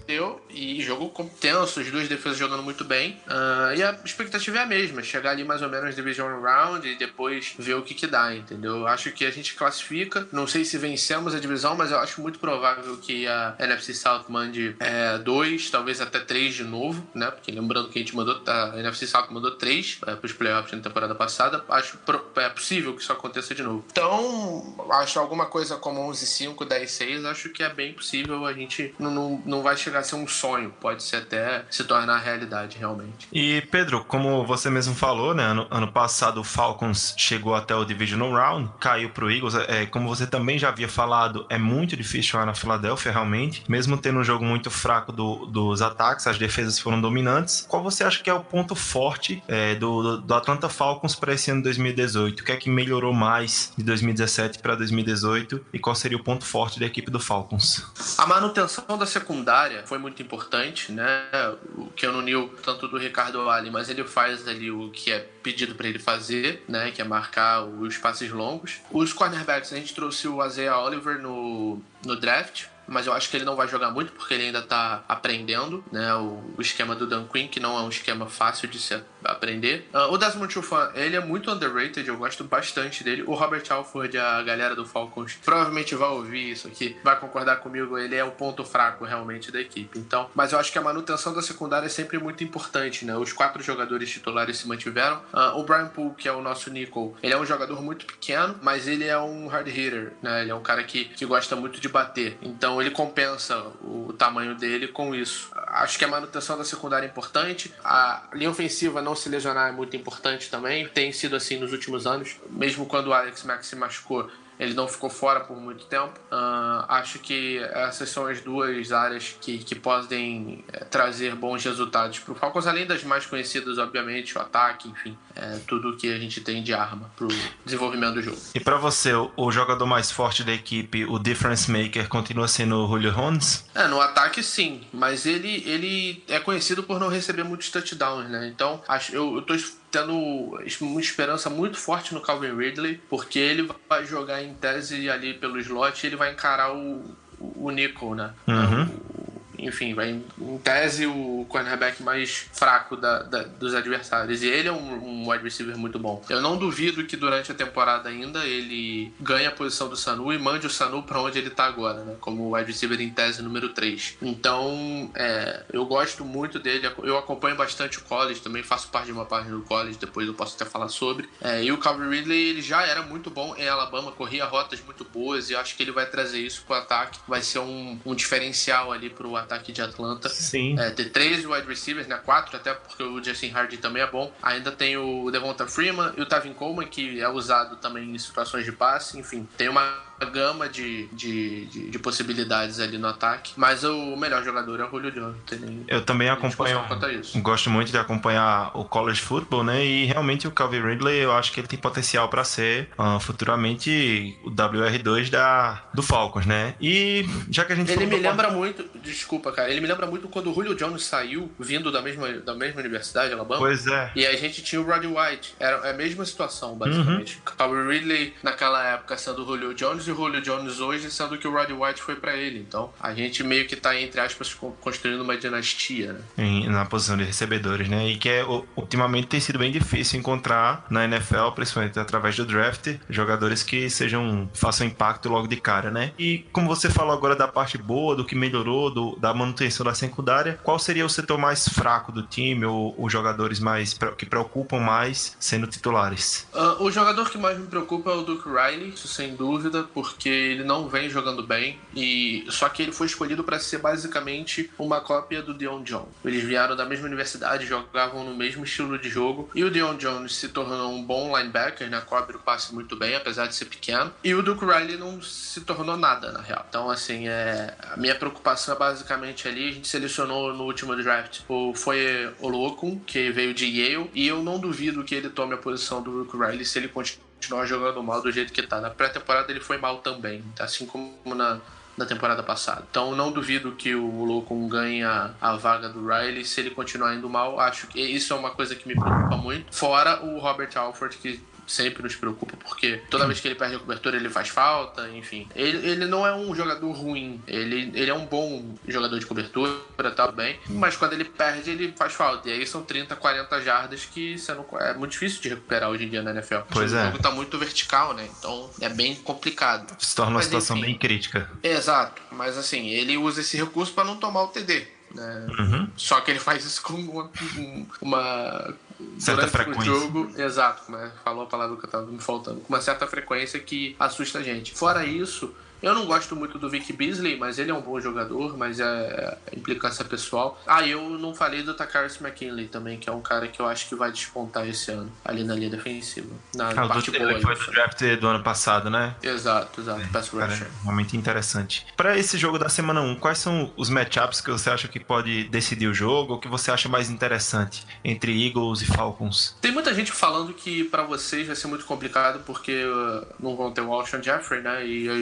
jogo tenso, as duas defesas jogando muito bem, e a expectativa é a mesma, chegar ali mais ou menos no Division Round e depois ver o que dá, entendeu? Eu acho que a gente classifica, não sei se vencemos a divisão, mas eu acho muito provável que a NFC South mande 2, talvez até 3 de novo, né? Porque lembrando que a NFC South mandou 3 para os playoffs na temporada passada, acho possível que isso aconteça de novo. Então, acho alguma coisa como 11-5, 10-6, acho que é bem possível, a gente não vai chegar a ser um sonho, pode ser até se tornar realidade realmente. E Pedro, como você mesmo falou, né, ano passado o Falcons chegou até o Divisional Round, caiu pro Eagles, como você também já havia falado, é muito difícil jogar na Filadélfia realmente, mesmo tendo um jogo muito fraco dos ataques, as defesas foram dominantes. Qual você acha que é o ponto forte do Atlanta Falcons para esse ano de 2018? O que é que melhorou mais de 2017 para 2018 e qual seria o ponto forte da equipe do Falcons? A manutenção da secundária foi muito importante, né? O Keanu Neal, tanto do Ricardo Ali, mas ele faz ali o que é pedido para ele fazer, né, que é marcar os passes longos. Os cornerbacks, a gente trouxe o Isaiah Oliver no draft, mas eu acho que ele não vai jogar muito porque ele ainda tá aprendendo, né, o esquema do Dan Quinn, que não é um esquema fácil de se aprender. O Desmond Trufant, ele é muito underrated, eu gosto bastante dele. O Robert Alford, a galera do Falcons, provavelmente vai ouvir isso aqui, vai concordar comigo, ele é o ponto fraco realmente da equipe. Então, mas eu acho que a manutenção da secundária é sempre muito importante, né? Os 4 jogadores titulares se mantiveram. O Brian Poole, que é o nosso nickel, ele é um jogador muito pequeno, mas ele é um hard hitter, né? Ele é um cara que gosta muito de bater. Então, ele compensa o tamanho dele com isso. Acho que a manutenção da secundária é importante. A linha ofensiva não se lesionar é muito importante também. Tem sido assim nos últimos anos. Mesmo quando o Alex Mack se machucou, ele não ficou fora por muito tempo. Acho que essas são as 2 áreas que podem trazer bons resultados para o Falcons, além das mais conhecidas, obviamente, o ataque, enfim, tudo que a gente tem de arma para o desenvolvimento do jogo. E para você, o jogador mais forte da equipe, o difference maker, continua sendo o Julio Jones? No ataque sim, mas ele é conhecido por não receber muitos touchdowns, né? Então, eu tô tendo uma esperança muito forte no Calvin Ridley, porque ele vai jogar em tese ali pelo slot e ele vai encarar o nickel, né? Enfim, vai em tese o cornerback mais fraco dos adversários. E ele é um wide receiver muito bom. Eu não duvido que durante a temporada ainda ele ganhe a posição do Sanu e mande o Sanu para onde ele tá agora, né? Como wide receiver em tese número 3. Então, eu gosto muito dele. Eu acompanho bastante o college, também faço parte de uma página do college, depois eu posso até falar sobre. E o Calvin Ridley, ele já era muito bom em Alabama, corria rotas muito boas e acho que ele vai trazer isso pro ataque. Vai ser um diferencial ali pro ataque de Atlanta. Sim. Ter 3 wide receivers, né? 4, até porque o Justin Hardy também é bom. Ainda tem o Devonta Freeman e o Tavin Coleman, que é usado também em situações de passe. Enfim, tem uma gama de possibilidades ali no ataque. Mas o melhor jogador é o Julio Jones. Eu também acompanho, gosto muito de acompanhar o college football, né? E realmente o Calvin Ridley, eu acho que ele tem potencial para ser futuramente o WR2 do Falcons, né? E já que a gente ele me lembra muito, desculpa, cara, ele me lembra muito quando o Julio Jones saiu, vindo da mesma universidade, Alabama. Pois é. E a gente tinha o Roddy White. Era a mesma situação, basicamente. Calvin Ridley, naquela época, sendo o Julio Jones, e o Julio Jones hoje sendo que o Roddy White foi pra ele. Então, a gente meio que tá, entre aspas, construindo uma dinastia, né? Na posição de recebedores, né? E que ultimamente tem sido bem difícil encontrar na NFL, principalmente através do draft, jogadores que façam impacto logo de cara, né? E como você falou agora da parte boa, do que melhorou, da manutenção da secundária, qual seria o setor mais fraco do time, ou os jogadores que preocupam mais sendo titulares? O jogador que mais me preocupa é o Duke Riley, isso sem dúvida, porque ele não vem jogando bem, só que ele foi escolhido para ser basicamente uma cópia do Deion Jones. Eles vieram da mesma universidade, jogavam no mesmo estilo de jogo, e o Deion Jones se tornou um bom linebacker, né? Cobre o passe muito bem, apesar de ser pequeno, e o Duke Riley não se tornou nada, na real. Então, assim, a minha preocupação é basicamente ali, a gente selecionou no último draft foi o Olokun, que veio de Yale, e eu não duvido que ele tome a posição do Duke Riley se ele continuar jogando mal do jeito que tá. Na pré-temporada ele foi mal também, assim como na temporada passada. Então não duvido que o Olokun ganhe a vaga do Riley se ele continuar indo mal. Acho que isso é uma coisa que me preocupa muito. Fora o Robert Alford, que sempre nos preocupa, porque toda vez que ele perde a cobertura ele faz falta, enfim. Ele não é um jogador ruim, ele é um bom jogador de cobertura, tá bem, mas quando ele perde ele faz falta, e aí são 30, 40 jardas que é muito difícil de recuperar hoje em dia na NFL. Pois o jogo tá muito vertical, né, então é bem complicado. Se torna uma situação bem crítica. Exato, mas assim, ele usa esse recurso para não tomar o TD. Né? Só que ele faz isso com uma certa frequência. O jogo, exato, né? Falou a palavra que eu tava me faltando, com uma certa frequência que assusta a gente. Fora isso, eu não gosto muito do Vic Beasley, mas ele é um bom jogador, mas é implicância pessoal. Eu não falei do Takarius McKinley também, que é um cara que eu acho que vai despontar esse ano, ali na linha defensiva. Na parte boa. Ele foi do draft do ano passado, né? Exato. Pass rusher. Realmente interessante. Para esse jogo da semana 1, quais são os matchups que você acha que pode decidir o jogo, ou que você acha mais interessante entre Eagles e Falcons? Tem muita gente falando que para vocês vai ser muito complicado, porque não vão ter o Alshon Jeffrey, né? E aí os wide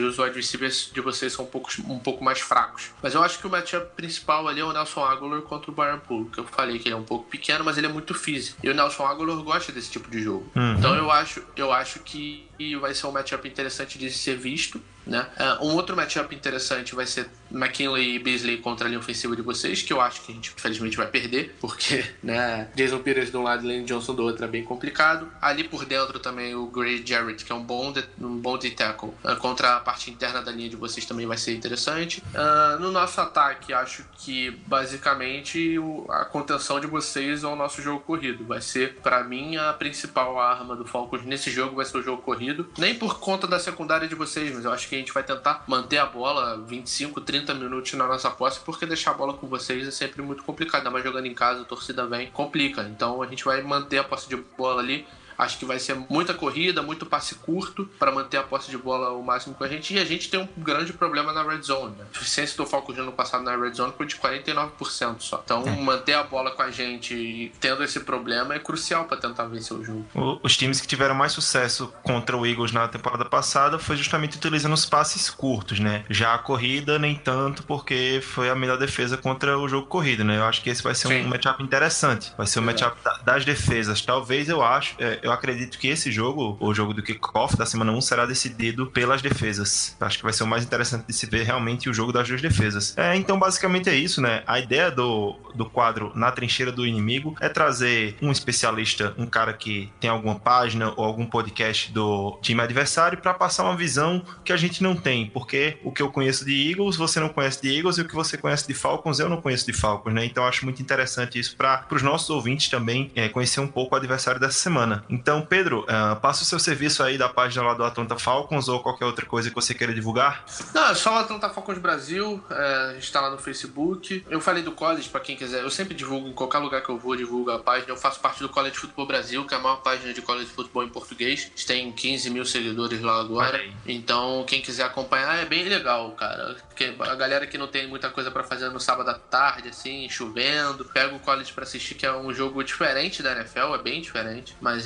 receivers de vocês são um pouco mais fracos. Mas eu acho que o matchup principal ali é o Nelson Agholor contra o Byron Pule, que eu falei que ele é um pouco pequeno, mas ele é muito físico. E o Nelson Agholor gosta desse tipo de jogo. Então eu acho que vai ser um matchup interessante de ser visto, né? Um outro matchup interessante vai ser McKinley e Beasley contra a linha ofensiva de vocês, que eu acho que a gente infelizmente vai perder, porque, né, Jason Peters de um lado e Lane Johnson do outro é bem complicado. Ali por dentro também o Gray Jarrett, que é um bom D-tackle, contra a parte interna da linha de vocês também vai ser interessante. No nosso ataque, acho que basicamente a contenção de vocês é o nosso jogo corrido. Vai ser, pra mim, a principal arma do Falcons nesse jogo vai ser o jogo corrido. Nem por conta da secundária de vocês, mas eu acho que a gente vai tentar manter a bola 25, 30 minutos na nossa posse, porque deixar a bola com vocês é sempre muito complicado, ainda mais jogando em casa, a torcida vem, complica. Então a gente vai manter a posse de bola ali. Acho que vai ser muita corrida, muito passe curto para manter a posse de bola o máximo com a gente. E a gente tem um grande problema na red zone, né? A eficiência do Falcons no ano passado na red zone foi de 49% só. Então manter a bola com a gente e tendo esse problema é crucial para tentar vencer o jogo. Os times que tiveram mais sucesso contra o Eagles na temporada passada foi justamente utilizando os passes curtos, né? Já a corrida nem tanto, porque foi a melhor defesa contra o jogo corrido, né? Eu acho que esse vai ser um matchup interessante. Vai ser um matchup das defesas. Talvez eu acredito que esse jogo, o jogo do kickoff da semana 1, será decidido pelas defesas. Acho que vai ser o mais interessante de se ver realmente o jogo das duas defesas. Então, basicamente é isso, né? A ideia do quadro Na Trincheira do Inimigo é trazer um especialista, um cara que tem alguma página ou algum podcast do time adversário para passar uma visão que a gente não tem, porque o que eu conheço de Eagles, você não conhece de Eagles, e o que você conhece de Falcons, eu não conheço de Falcons, né? Então, acho muito interessante isso para os nossos ouvintes também conhecer um pouco o adversário dessa semana. Então, Pedro, passa o seu serviço aí da página lá do Atlanta Falcons ou qualquer outra coisa que você queira divulgar. Não, é só o Atlanta Falcons Brasil, a gente tá lá no Facebook. Eu falei do college, pra quem quiser, eu sempre divulgo, em qualquer lugar que eu vou, divulgo a página. Eu faço parte do College Football Brasil, que é a maior página de college football em português. A gente tem 15 mil seguidores lá agora. Então, quem quiser acompanhar, é bem legal, cara. Porque a galera que não tem muita coisa pra fazer no sábado à tarde, assim, chovendo, pega o college pra assistir, que é um jogo diferente da NFL, é bem diferente, mas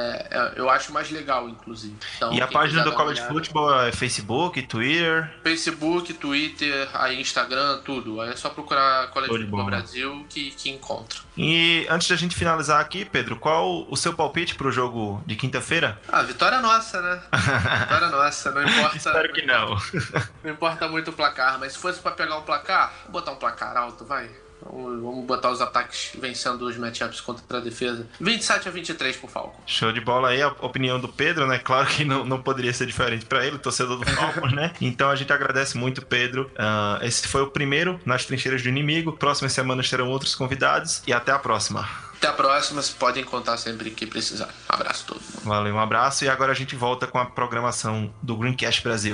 eu acho mais legal, inclusive. Então, e a página do College Football é Facebook, Twitter? Facebook, Twitter, aí Instagram, tudo. Aí é só procurar College Football Brasil que encontra. E antes da gente finalizar aqui, Pedro, qual o seu palpite pro jogo de quinta-feira? Vitória nossa, né? Vitória nossa, não importa. Espero que não. Não importa muito o placar, mas se fosse pra pegar um placar, vou botar um placar alto, vai. Vamos botar os ataques vencendo os matchups contra a defesa. 27-23 pro Falcons. Show de bola aí, a opinião do Pedro, né? Claro que não poderia ser diferente para ele, torcedor do Falcons, né? Então a gente agradece muito, Pedro. Esse foi o primeiro Nas Trincheiras do Inimigo. Próximas semanas terão outros convidados e até a próxima. Até a próxima, vocês podem contar sempre que precisar. Um abraço a todo mundo. Valeu, um abraço. E agora a gente volta com a programação do Greencast Brasil.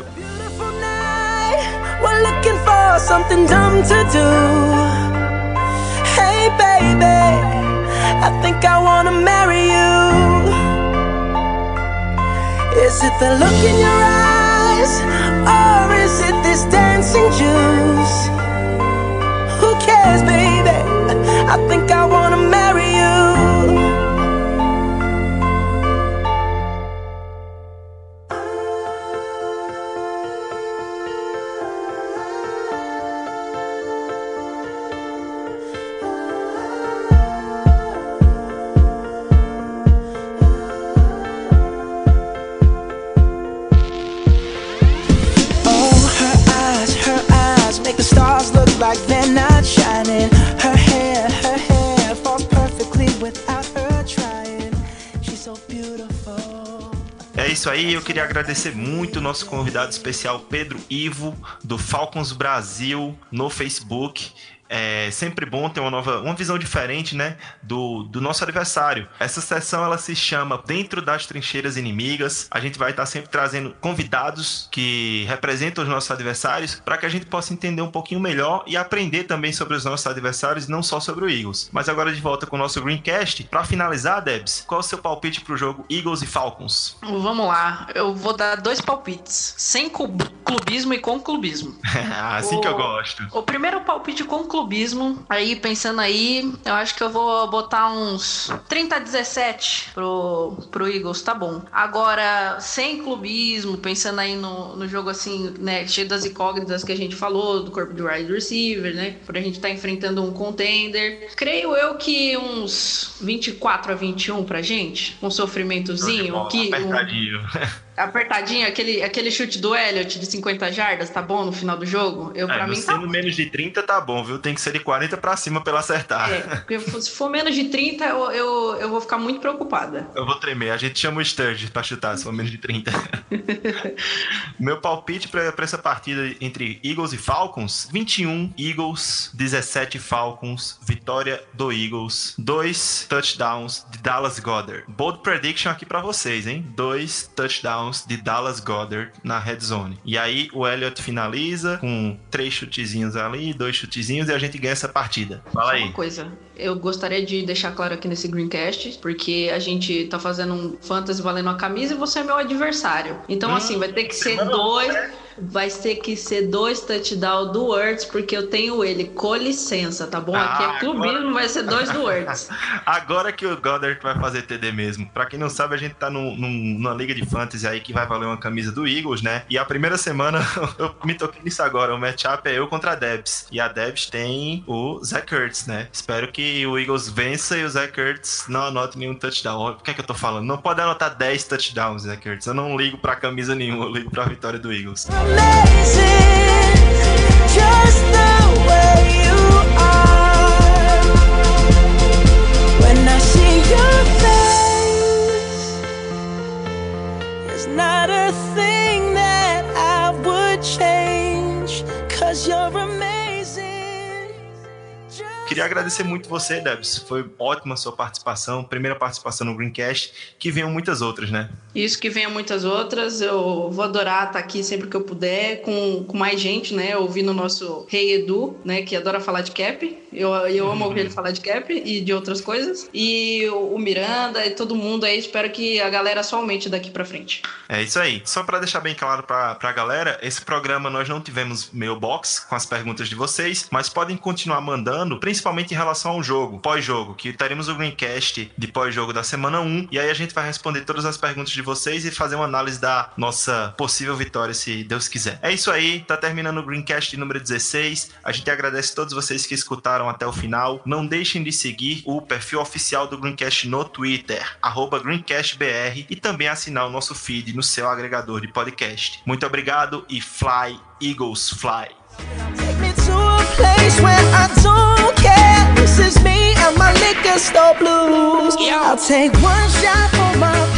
We're looking for something dumb to do. Hey baby, I think I wanna marry you. Is it the look in your eyes, or is it this dancing juice? Who cares, baby? I think I wanna marry you. Like they're not shining. Her hair falls perfectly without her trying. She's so beautiful. É isso aí, eu queria agradecer muito o nosso convidado especial Pedro Ivo, do Falcons Brasil, no Facebook. É sempre bom ter uma visão diferente, né, do nosso adversário. Essa sessão ela se chama Dentro das Trincheiras Inimigas. A gente vai estar sempre trazendo convidados que representam os nossos adversários para que a gente possa entender um pouquinho melhor e aprender também sobre os nossos adversários, não só sobre o Eagles. Mas agora de volta com o nosso Greencast. Para finalizar, Debs, qual é o seu palpite para o jogo Eagles e Falcons? Vamos lá, eu vou dar 2 palpites, sem clubismo e com clubismo. Assim que eu gosto. O primeiro palpite com clubismo clubismo. Aí, pensando aí, eu acho que eu vou botar uns 30-17 pro Eagles, tá bom. Agora, sem clubismo, pensando aí no jogo assim, né, cheio das incógnitas que a gente falou, do corpo de wide receiver, né, por a gente tá enfrentando um contender. Creio eu que uns 24-21 pra gente, um sofrimentozinho. Apertadinho. Apertadinho, aquele chute do Elliott de 50 jardas, tá bom no final do jogo? Pra mim tá sendo menos de 30 tá bom, viu? Tem que ser de 40 pra cima pra ela acertar. Porque se for menos de 30, eu vou ficar muito preocupada. Eu vou tremer, a gente chama o Sturge pra chutar, se for menos de 30. Meu palpite pra essa partida entre Eagles e Falcons, 21 Eagles, 17 Falcons, vitória do Eagles, 2 touchdowns de Dallas Goedert. Bold prediction aqui pra vocês, hein? 2 touchdowns de Dallas Goedert na red zone. E aí o Elliott finaliza com 3 chutezinhos ali, 2 chutezinhos e a gente ganha essa partida. Fala aí. Uma coisa, eu gostaria de deixar claro aqui nesse Greencast, porque a gente tá fazendo um fantasy valendo a camisa e você é meu adversário. Então assim, vai ter que ser vai ter que ser 2 touchdowns do Hurts, porque eu tenho ele. Com licença, tá bom? Aqui é clubismo, agora... vai ser 2 do Hurts. Agora que o Goddard vai fazer TD mesmo. Pra quem não sabe, a gente tá numa liga de fantasy aí que vai valer uma camisa do Eagles, né? E a primeira semana, eu me toquei nisso agora, o matchup é eu contra a Debs. E a Debs tem o Zach Ertz, né? Espero que o Eagles vença e o Zach Ertz não anote nenhum touchdown. O que é que eu tô falando? Não pode anotar 10 touchdowns, Zach Ertz. Eu não ligo pra camisa nenhuma, eu ligo pra vitória do Eagles. Amazing, just the way you are. When I see your face, there's not a thing that I would change, 'cause you're amazing. Queria agradecer muito você, Debs. Foi ótima a sua participação, primeira participação no Greencast, que venham muitas outras, né? Isso, que venham muitas outras. Eu vou adorar estar aqui sempre que eu puder, com mais gente, né? Ouvindo o nosso Rei Edu, né? Que adora falar de cap. Eu amo ouvir ele falar de cap e de outras coisas. E o Miranda e todo mundo aí. Espero que a galera só aumente daqui pra frente. É isso aí. Só pra deixar bem claro pra galera, esse programa nós não tivemos mailbox com as perguntas de vocês, mas podem continuar mandando, principalmente em relação ao jogo, pós-jogo, que teremos o Greencast de pós-jogo da semana 1, e aí a gente vai responder todas as perguntas de vocês e fazer uma análise da nossa possível vitória, se Deus quiser. É isso aí, tá terminando o Greencast número 16, a gente agradece a todos vocês que escutaram até o final. Não deixem de seguir o perfil oficial do Greencast no Twitter, @GreencastBR, e também assinar o nosso feed no seu agregador de podcast. Muito obrigado e Fly, Eagles, Fly! Take me to a place where I don't care. This is me and my liquor store blues. I'll take one shot for my